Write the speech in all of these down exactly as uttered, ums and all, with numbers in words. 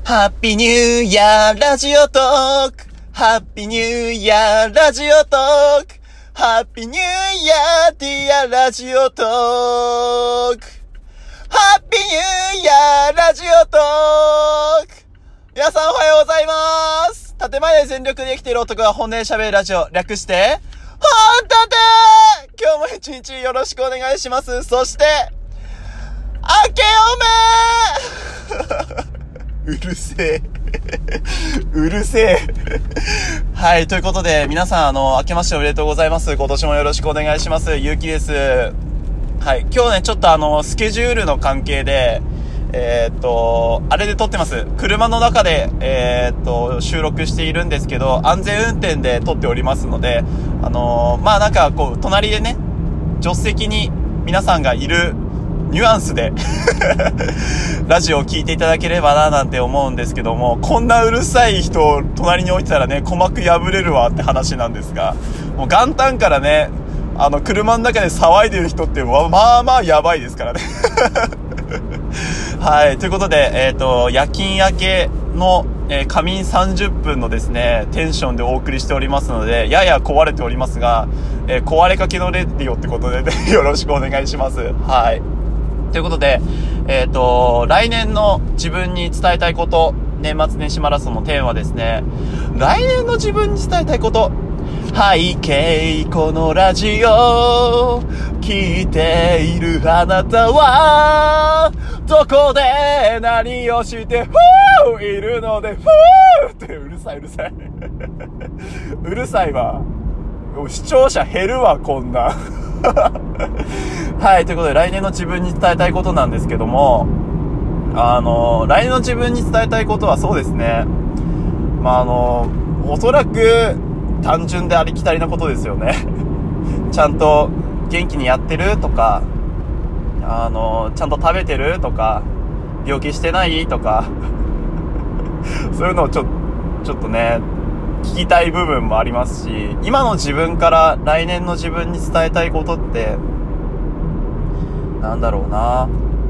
ハッピーニューイヤーラジオトーク。ハッピーニューイヤーラジオトーク。ハッピーニューイヤーディアラジオトーク。ハッピーニューイヤーラジオトーク。皆さんおはようございます。建前で全力で生きている男が本音で喋るラジオ、略して本立て。今日も一日よろしくお願いします。そして明けおめうるせえうるせえはい、ということで皆さんあの明けましておめでとうございます。今年もよろしくお願いします。ゆうきです。はい、今日ねちょっとあのスケジュールの関係でえー、っとあれで撮ってます。車の中でえー、っと収録しているんですけど、安全運転で撮っておりますので、あのー、まあなんかこう隣でね助手席に皆さんがいるニュアンスでラジオを聞いていただければななんて思うんですけども、こんなうるさい人を隣に置いてたらね鼓膜破れるわって話なんですが、もう元旦からねあの車の中で騒いでる人ってまあまあやばいですからねはい、ということでえっと夜勤明けの、えー、仮眠さんじゅっぷんのですねテンションでお送りしておりますので、やや壊れておりますが、えー、壊れかけのレディオってことで、ね、よろしくお願いします。はい、ということで、えっと、来年の自分に伝えたいこと、年末年始マラソンのテーマはですね、来年の自分に伝えたいこと、背景このラジオ、聞いているあなたは、どこで何をしてふーいるのでふーってうるさいうるさいうるさいわ。視聴者減るわこんなはい、ということで来年の自分に伝えたいことなんですけども、あの来年の自分に伝えたいことはそうですね、まああのおそらく単純でありきたりなことですよねちゃんと元気にやってるとか、あのちゃんと食べてるとか、病気してないとかそういうのをちょちょっとね聞きたい部分もありますし、今の自分から来年の自分に伝えたいことってなんだろうな、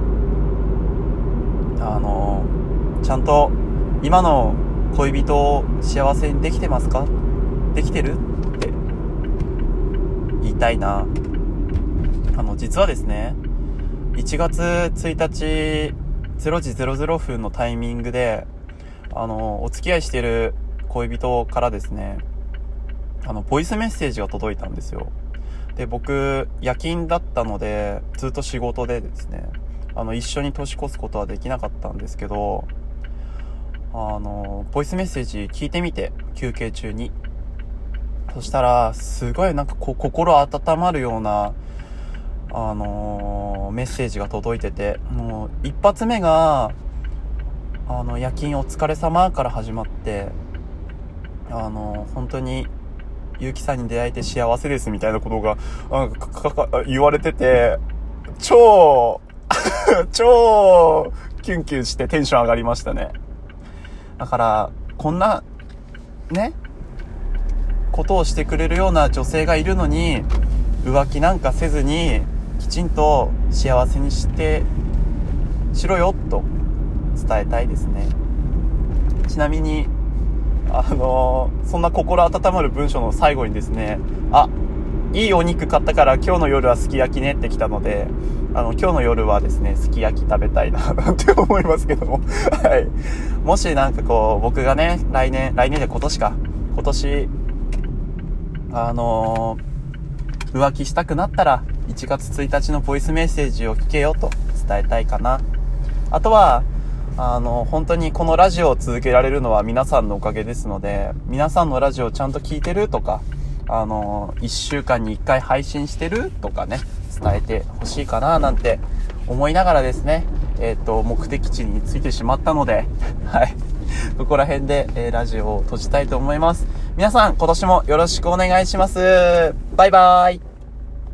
あのちゃんと今の恋人を幸せにできてますか、できてるって言いたいな。あの実はですねいちがつついたちれいじぜろぜろふんのタイミングであのお付き合いしてる恋人からですねあのボイスメッセージが届いたんですよ。で僕夜勤だったのでずっと仕事でですねあの一緒に年越すことはできなかったんですけど、あのボイスメッセージ聞いてみて休憩中に、そしたらすごいなんかこう心温まるようなあのー、メッセージが届いてて、もう一発目があの夜勤お疲れ様から始まって、あの本当にゆうきさんに出会えて幸せですみたいなことがあかかか言われてて、超超キュンキュンしてテンション上がりましたね。だからこんなねことをしてくれるような女性がいるのに浮気なんかせずにきちんと幸せにしてしろよと伝えたいですね。ちなみにあのー、そんな心温まる文章の最後にですね、あ、いいお肉買ったから今日の夜はすき焼きねってきたので、あの今日の夜はですねすき焼き食べたいななんて思いますけどもはい、もしなんかこう僕がね来年来年で今年か今年あのー、浮気したくなったらいちがつついたちのボイスメッセージを聞けよと伝えたいかな。あとはあの本当にこのラジオを続けられるのは皆さんのおかげですので、皆さんのラジオをちゃんと聞いてるとか、あのいっしゅうかんにいっかい配信してるとかね伝えてほしいかななんて思いながらですね、えっと目的地に着いてしまったのではいここら辺で、えー、ラジオを閉じたいと思います。皆さん今年もよろしくお願いします。バイバイ。